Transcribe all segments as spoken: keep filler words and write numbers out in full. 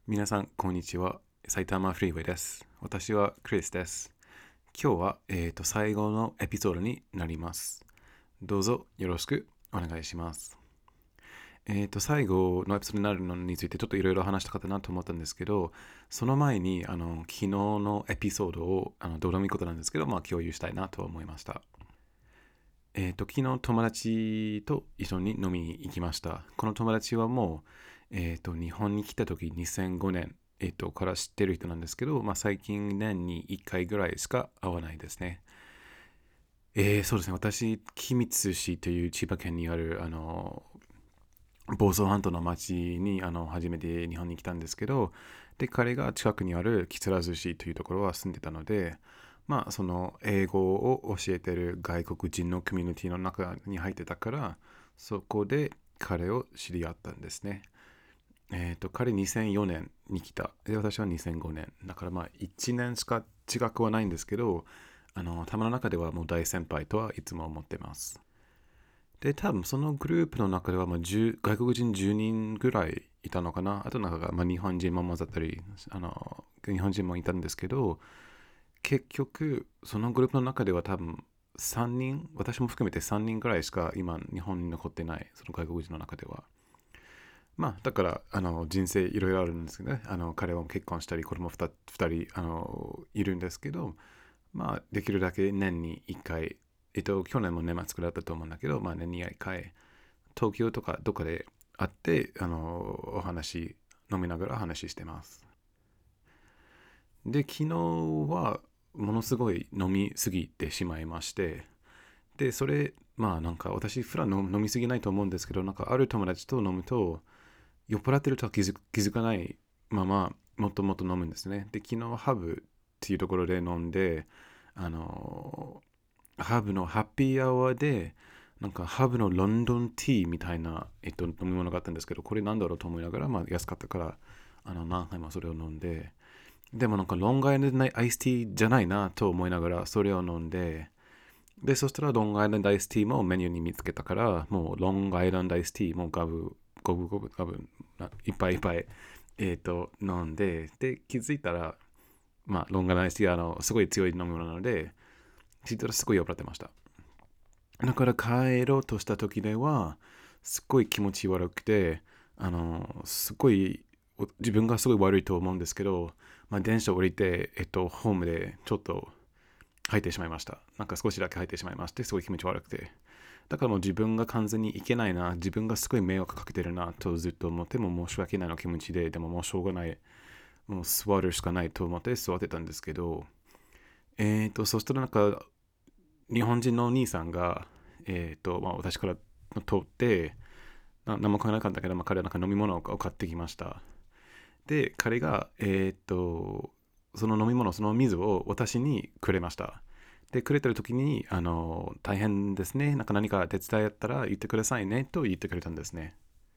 皆さん、こんにちは。埼玉フリーウェイです。私はクリスです。今日は、えーと、最後のエピソードになります。どうぞよろしくお願いします。えーと、最後のエピソードになるのについてちょっといろいろ話したかったなと思ったんですけど、その前に、あの、昨日のエピソードを、あのどうでもいいことなんですけど、まあ、共有したいなと思いました。えーと、昨日友達と一緒に飲みに行きました。この友達はもう、えーと、日本に来た時にせんごねん、えーと、から知ってる人なんですけど、まあ、最近年にいっかいぐらいしか会わないですね。えー、そうですね。私、君津市という千葉県にある、あの、房総半島の町にあの初めて日本に来たんですけど、で、彼が近くにある木更津市というところは住んでたので、まあ、その英語を教えてる外国人のコミュニティの中に入ってたから、そこで彼を知り合ったんですね。えっ、と、彼にせんよねんに来た。で、私はにせんごねん。だからまあ、いちねんしか違くはないんですけど、あの、頭の中ではもう大先輩とはいつも思ってます。で、多分そのグループの中では、まあ、外国人じゅうにんぐらいいたのかな。あとなんか、まあ、日本人も混ざったり、あの、日本人もいたんですけど、結局、そのグループの中では多分さんにん、私も含めてさんにんぐらいしか今、日本に残ってない、その外国人の中では。まあ、だから、あの、人生いろいろあるんですけどね。あの、彼は結婚したり、子供 2, 2人、あの、いるんですけど、まあ、できるだけ年にいっかい、えっと、去年も年末くらいだったと思うんだけど、まあ、年にいっかい、東京とかどこで会って、あの、お話、飲みながら話してます。で、昨日は、ものすごい飲みすぎてしまいまして、で、それ、まあなんか私、普段飲みすぎないと思うんですけど、なんかある友達と飲むと、酔っ払ってるとは気づ気づかないまま、もっともっと飲むんですね。で、昨日ハブっていうところで飲んで、あの、ハブのハッピーアワーで、なんかハブのロンドンティーみたいな、えっと、飲み物があったんですけど、これなんだろうと思いながら、まあ安かったから、あの何回もそれを飲んで、でもなんかロングアイランドアイスティーじゃないなと思いながらそれを飲んで、で、そしたらロングアイランドアイスティーもメニューに見つけたから、もうロングアイランドアイスティーもガブ、ゴブゴブ、ガブ、いっぱいいっぱい、えっ、と、飲んで、で、気づいたら、まあ、ロングアイランドアイスティーはあのすごい強い飲み物なので、気づいたらすごい酔っ払ってました。だから帰ろうとした時では、すっごい気持ち悪くて、あの、すごい、自分がすごい悪いと思うんですけど、まあ、電車降りて、えっと、ホームでちょっと吐いてしまいました。なんか少しだけ吐いてしまいまして、すごい気持ち悪くて。だからもう自分が完全にいけないな、自分がすごい迷惑かけてるなとずっと思って、も申し訳ないの気持ちで、でももうしょうがない、もう座るしかないと思って座ってたんですけど、えっと、そしたらなんか、日本人のお兄さんが、えっと、まあ、私から通って、な何も買わなかったけど、まあ、彼はなんか飲み物を買ってきました。で、彼が、えっと、その飲み物、その水を私にくれました。で、くれてる時に、あの、大変ですね。なんか何か手伝いやったら言ってくださいねと言ってくれたんですね。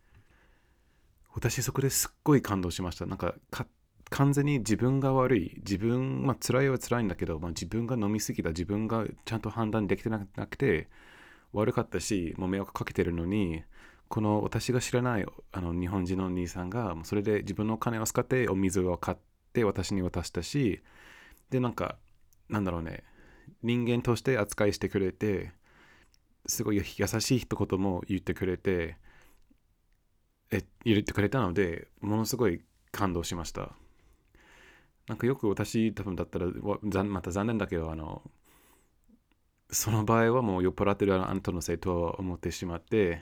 私そこですっごい感動しました。なんかか完全に自分が悪い。自分、まあ辛いは辛いんだけど、まあ、自分が飲みすぎた。自分がちゃんと判断できてなくて悪かったし、もう迷惑かけてるのに、この私が知らないあの日本人のお兄さんが、それで自分のお金を使ってお水を買って私に渡したし、で、なんか、なんだろうね、人間として扱いしてくれて、すごい優しい一言も言ってくれて、え、入れてくれたので、ものすごい感動しました。なんかよく私多分だったら、また残念だけど、あの、その場合はもう酔っ払ってるあなたのせいと思ってしまって、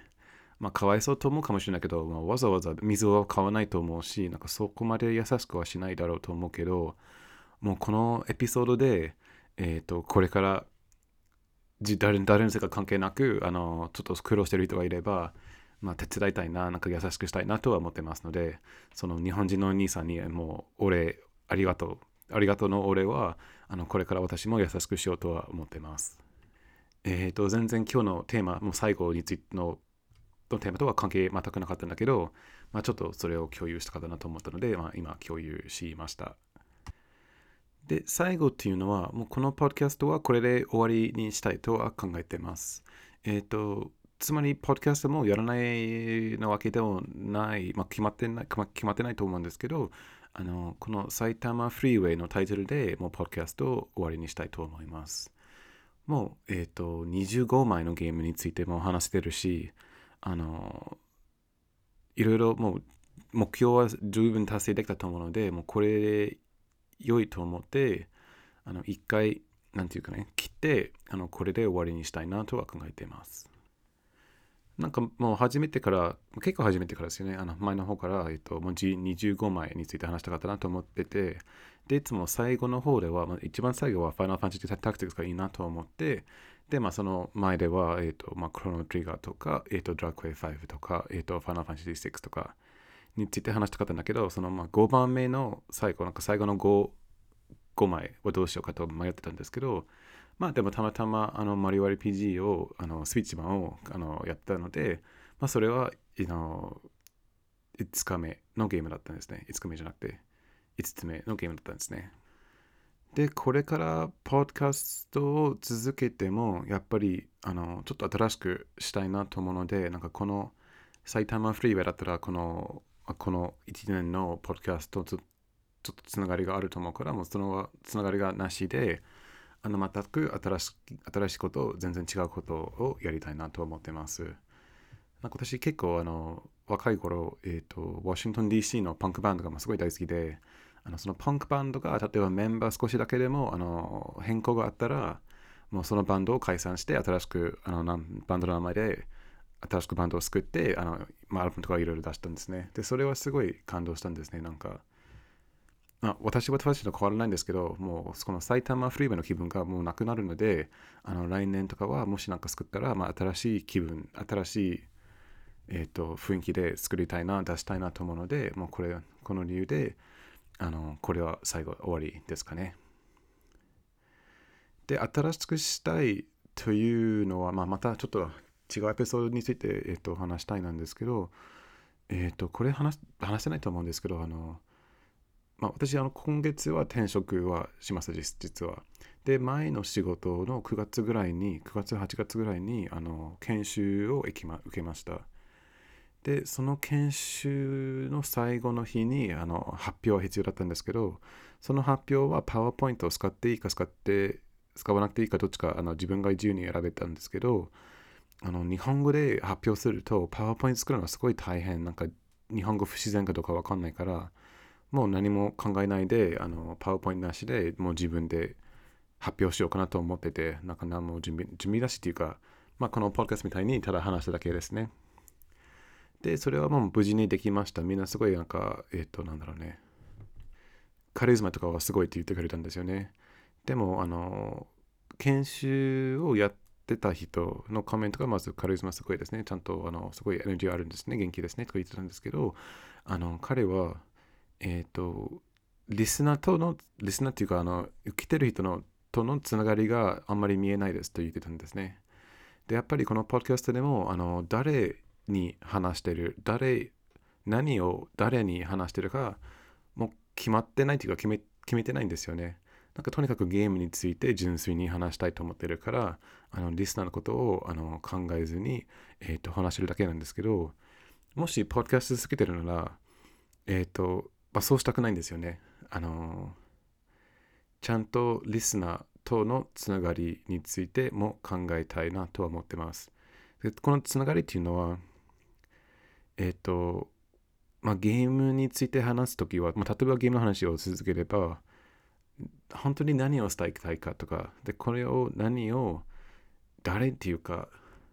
まあかわいそうと思うかもしれないけど、まあ、わざわざ水は買わないと思うし、なんかそこまで優しくはしないだろうと思うけど、もうこのエピソードで、えっ、と、これから誰誰のせいか関係なく、あの、ちょっと苦労してる人がいれば、まあ、手伝いたいな、なんか優しくしたいなとは思ってますので、その日本人のお兄さんにもう、お礼、ありがとう。ありがとうのお礼は、あの、これから私も優しくしようとは思ってます。えっ、と、全然今日のテーマ、もう最後についてののテーマとは関係全くなかったんだけど、まあ、ちょっとそれを共有したかったなと思ったので、まあ、今共有しました。で、最後っていうのは、もうこのポッドキャストはこれで終わりにしたいとは考えています。えっ、と、つまり、ポッドキャストもやらないのわけでもない、まあ、決まってない、決まってないと思うんですけど、 あのこの埼玉フリーウェイのタイトルでもうポッドキャストを終わりにしたいと思います。もう、えっと、にじゅうごまいのゲームについても話してるし、あの、いろいろもう目標は十分達成できたと思うので、もうこれで良いと思って、あの、一回、なんていうかね、切って、あの、これで終わりにしたいなとは考えています。なんかもう始めてから、結構始めてからですよね、あの前の方から、えっと、もうにじゅうごまいについて話したかったなと思ってて、で、いつも最後の方では、まあ、一番最後はファイナルファンタジータクティクスがいいなと思って、で、まあその前では、えっと、まあクロノトリガーとか、えっと、ドラクエファイブとか、えっと、ファイナルファンタジーシックスとかについて話したかったんだけど、そのまあごばんめの最後、なんか最後の 5, 5枚をどうしようかと迷ってたんですけど、まあでもたまたまあのマリオ アールピージー をあのスイッチ版をあのやったので、まあそれは、あのいつかめのゲームだったんですね。いつかめじゃなくていつつめのゲームだったんですね。で、これからポッドキャストを続けても、やっぱりあのちょっと新しくしたいなと思うので、なんかこの埼玉フリーウェイだったら、このこのいちねんのポッドキャストとちょっとつながりがあると思うから、もうそのつながりがなしで、あの全く新し新しいことを、全然違うことをやりたいなと思ってます。なんか私結構あの若い頃、えーと、ワシントン ディーシー のパンクバンドがすごい大好きで、あのそのパンクバンドが例えばメンバー少しだけでもあの変更があったら、もうそのバンドを解散して新しくあのバンドの名前で新しくバンドを作って、あの、まあ、アルバムとかいろいろ出したんですね。で、それはすごい感動したんですね。なんか、まあ、私は私と変わらないんですけど、もうこの埼玉フリーウェイの気分がもうなくなるので、あの来年とかはもしなんか作ったら、まあ、新しい気分、新しい、えー、と雰囲気で作りたいな、出したいなと思うので、もうこれ、この理由で、あのこれは最後終わりですかね。で、新しくしたいというのは、まあ、またちょっと違うエピソードについて、えー、と話したいなんですけど、えっ、と、これ話話してないと思うんですけど、あの、まあ、私、あの、今月は転職はします、実実は。で、前の仕事のくがつぐらいに、くがつ、はちがつぐらいに、あの、研修を受けま、受けました。で、その研修の最後の日に、あの、発表は必要だったんですけど、その発表は PowerPoint を使っていいか使って、使わなくていいかどっちか、あの、自分が自由に選べたんですけど、あの、日本語で発表すると、PowerPoint 作るのがすごい大変。なんか、日本語不自然かどうかわかんないから、もう何も考えないで、あの、パワーポイントなしでもう自分で発表しようかなと思ってて、なんか何も準備、準備なしっていうか、まあこのポッドキャストみたいにただ話しただけですね。で、それはもう無事にできました。みんなすごいなんか、えっ、と、なんだろうね。カリスマとかはすごいって言ってくれたんですよね。でも、あの、研修をやってた人のコメントがまずカリスマすごいですね。ちゃんと、あの、すごいエネルギーあるんですね。元気ですね。とか言ってたんですけど、あの、彼は、えっ、と、リスナーとの、リスナーっていうか、あの、受けてる人のとのつながりがあんまり見えないですと言ってたんですね。で、やっぱりこのポッドキャストでも、あの、誰に話してる、誰、何を誰に話してるか、もう決まってないというか決め、決めてないんですよね。なんかとにかくゲームについて純粋に話したいと思ってるから、あの、リスナーのことをあの考えずに、えっ、と、話してるだけなんですけど、もしポッドキャスト続けてるなら、えっ、と、まあ、そうしたくないんですよね。あの、ちゃんとリスナーとのつながりについても考えたいなとは思ってます。でこのつながりっていうのは、えっ、と、まあ、ゲームについて話すときは、まあ、例えばゲームの話を続ければ、本当に何を伝えたいかとか、で、これを何を誰っていうか、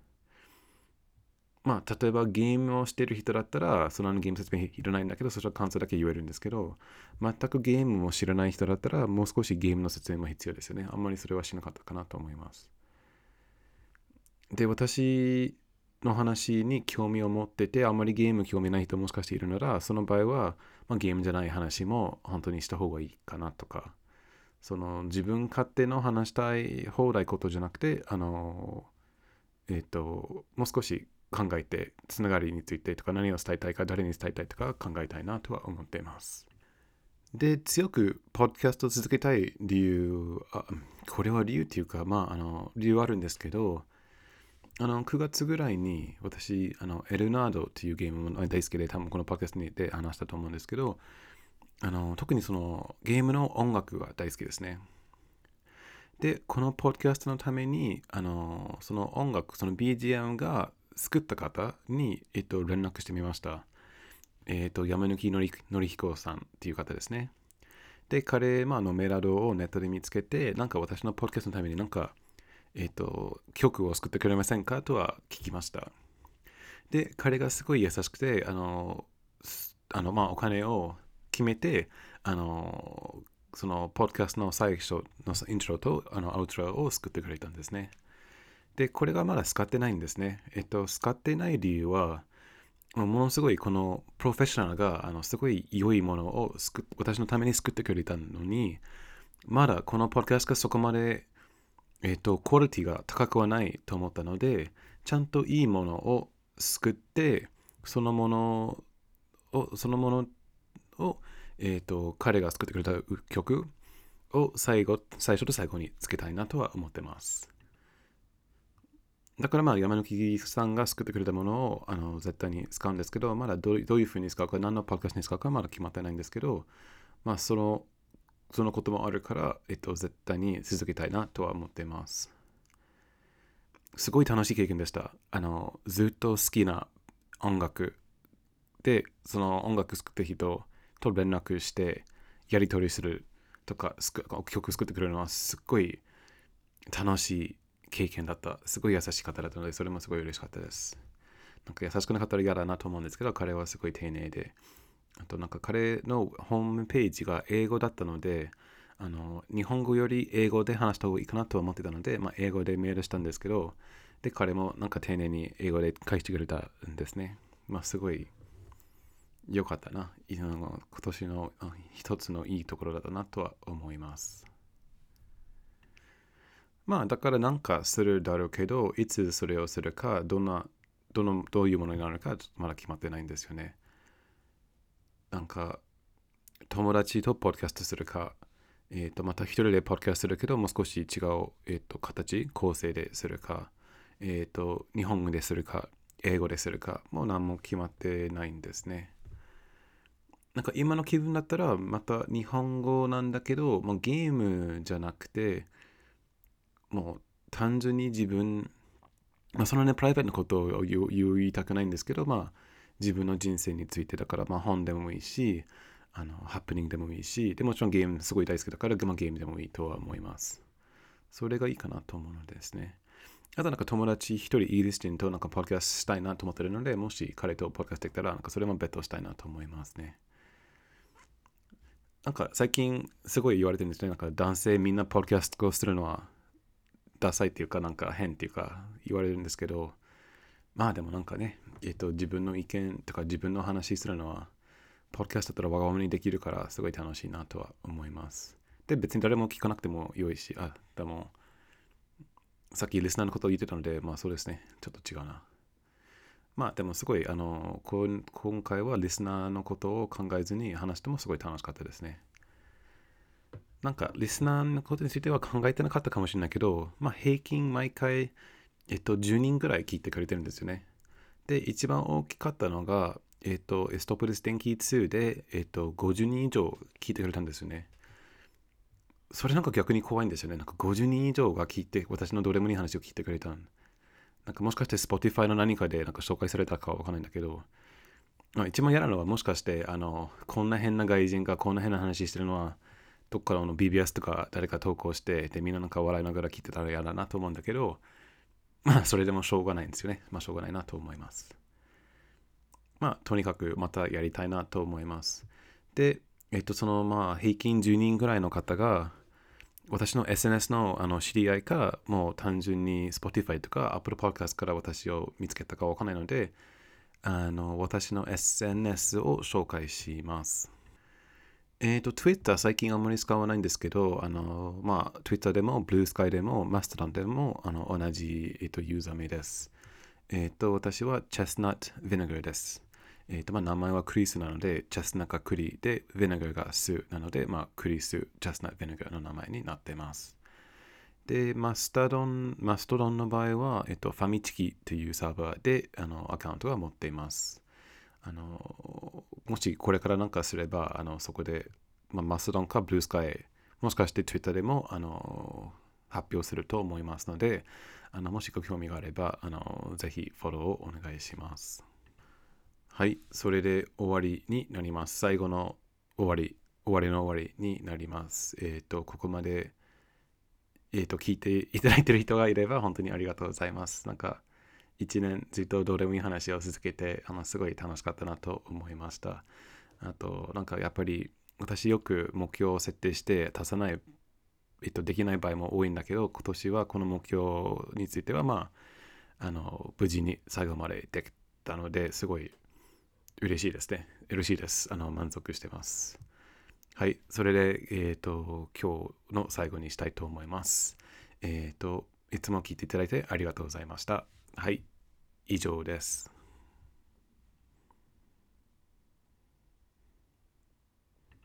まあ、例えばゲームをしている人だったら、そのゲーム説明いらないんだけど、そしたら感想だけ言えるんですけど、全くゲームも知らない人だったら、もう少しゲームの説明も必要ですよね。あんまりそれはしなかったかなと思います。で、私の話に興味を持ってて、あんまりゲーム興味ない人もしかしているなら、その場合は、まあ、ゲームじゃない話も本当にした方がいいかなとか、その自分勝手の話したい放題ことじゃなくて、あの、えっ、と、もう少し考えて、つながりについてとか、何を伝えたいか、誰に伝えたいとか考えたいなとは思っています。で、強くポッドキャストを続けたい理由、あこれは理由っていうか、まあ、あの、理由あるんですけど、あの、くがつぐらいに私、あの、エルナードっていうゲームも大好きで、多分このポッドキャストにで話したと思うんですけど、 あの特にそのゲームの音楽が大好きですね。で、このポッドキャストのために、あのその音楽、その ビージーエム が作った方に、えっと、連絡してみました。えっと、山抜のりのりひこさんっていう方ですね。で、彼、まあ、のメラドをネットで見つけて、なんか私のポッドキャストのためになんか、えっと、曲を作ってくれませんかとは聞きました。で、彼がすごい優しくて、あの、あのまあ、お金を決めて、あの、そのポッドキャストの最初のイントロとあのアウトロを作ってくれたんですね。で、これがまだ使ってないんですね。えっと、使ってない理由は、ものすごいこのプロフェッショナルがあのすごい良いものを私のために作ってくれたのに、まだこのポッドキャストがそこまで、えっと、クオリティが高くはないと思ったので、ちゃんといいものを作って、そのものを、そのものを、えっと、彼が作ってくれた曲を最後、最初と最後につけたいなとは思ってます。だからまあ山抜さんが作ってくれたものをあの絶対に使うんですけど、まだどうどういうふうに使うか、何のパッカーに使うかまだ決まってないんですけど、まあその、そのこともあるから、えっと、絶対に続けたいなとは思っています。すごい楽しい経験でした。あの、ずっと好きな音楽で、その音楽作った人と連絡して、やり取りするとか、曲作ってくれるのはすっごい楽しい経験だった。すごい優しい方だったので、それもすごい嬉しかったです。なんか優しくなかったら嫌だなと思うんですけど、彼はすごい丁寧で、あとなんか彼のホームページが英語だったので、あの日本語より英語で話した方がいいかなと思ってたので、まあ、英語でメールしたんですけど、で、彼もなんか丁寧に英語で返してくれたんですね。まあ、すごい良かったな。今年の一つのいいところだったなとは思います。まあ、だからなんかするだろうけど、いつそれをするか、どんな、どの、どういうものになるか、まだ決まってないんですよね。なんか、友達とポッドキャストするか、えっ、と、また一人でポッドキャストするけど、もう少し違う、えっ、と、形、構成でするか、えっ、と、日本語でするか、英語でするか、もう何も決まってないんですね。なんか今の気分だったら、また日本語なんだけど、もうゲームじゃなくて、もう単純に自分、まあ、そのね、プライベートなことを言言いたくないんですけど、まあ、自分の人生についてだから、まあ、本でもいいし、あの、ハプニングでもいいし、でもちろんゲームすごい大好きだから、まあ、ゲームでもいいとは思います。それがいいかなと思うのですね。あとなんか友達一人イギリス人となんかポッドキャストしたいなと思ってるので、もし彼とポッドキャストできたら、なんかそれもベットしたいなと思いますね。なんか最近すごい言われてるんですね。なんか男性みんなポッドキャストをするのはダサいっていうかなんか変っていうか言われるんですけど、まあでもなんかね、えっと、自分の意見とか自分の話するのは、ポッドキャストだったらわがままにできるから、すごい楽しいなとは思います。で、別に誰も聞かなくても良いし、あ、でも、さっきリスナーのことを言ってたので、まあそうですね、ちょっと違うな。まあでもすごい、あの、今回はリスナーのことを考えずに話してもすごい楽しかったですね。なんか、リスナーのことについては考えてなかったかもしれないけど、まあ平均毎回、えっと、じゅうにんぐらい聞いてくれてるんですよね。で、一番大きかったのが、えっと、ストップです電気ツーで、えっと、ごじゅうにん以上聞いてくれたんですよね。それなんか逆に怖いんですよね。なんかごじゅうにん以上が聞いて、私のどれもいい話を聞いてくれた。なんかもしかして Spotify の何かでなんか紹介されたかはわかんないんだけど、まあ、一番嫌なのはもしかして、あの、こんな変な外人がこんな変な話してるのは、どっからの ビービーエス とか誰か投稿して、で、みんななんか笑いながら聞いてたら嫌だなと思うんだけど、まあ、それでもしょうがないんですよね。まあ、しょうがないなと思います。まあ、とにかくまたやりたいなと思います。で、えっと、そのまあ、平均じゅうにんぐらいの方が、私の エスエヌエス のあの知り合いか、もう単純に Spotify とか Apple Podcast から私を見つけたかわからないので、あの、私の エスエヌエス を紹介します。えっと、Twitter 最近あんまり使わないんですけど、あの、まあ、Twitter でも Blue Sky でも Mastodon でもあの同じ、えっと、ユーザー名です。えっと、私は Chestnut Vinegar です。えっと、まあ、名前はクリスなので、チェスナックが栗で、ヴィネガーが酢なので、まあ、クリス、チェスナックヴィネガーの名前になっています。で、マスタドン、マストドンの場合は、えっと、ファミチキというサーバーで、あの、アカウントが持っています。あの、 もしこれからなんかすれば、あのそこで、まあ、マストドンかブルースカイ、もしかして Twitter でもあの発表すると思いますので、あのもしご興味があれば、あのぜひフォローをお願いします。はい、それで終わりになります。最後の終わり、終わりの終わりになります。えっ、と、ここまで、えっ、と、聞いていただいている人がいれば本当にありがとうございます。なんか、一年ずっとどうでもいい話を続けて、あのすごい楽しかったなと思いました。あと、なんかやっぱり私よく目標を設定して足さない、えっと、できない場合も多いんだけど、今年はこの目標については、まあ、あの、無事に最後までできたので、すごい嬉しいですね。嬉しいです。あの、満足してます。はい。それで、えっと、今日の最後にしたいと思います。えっと、いつも聞いていただいてありがとうございました。はい。以上です。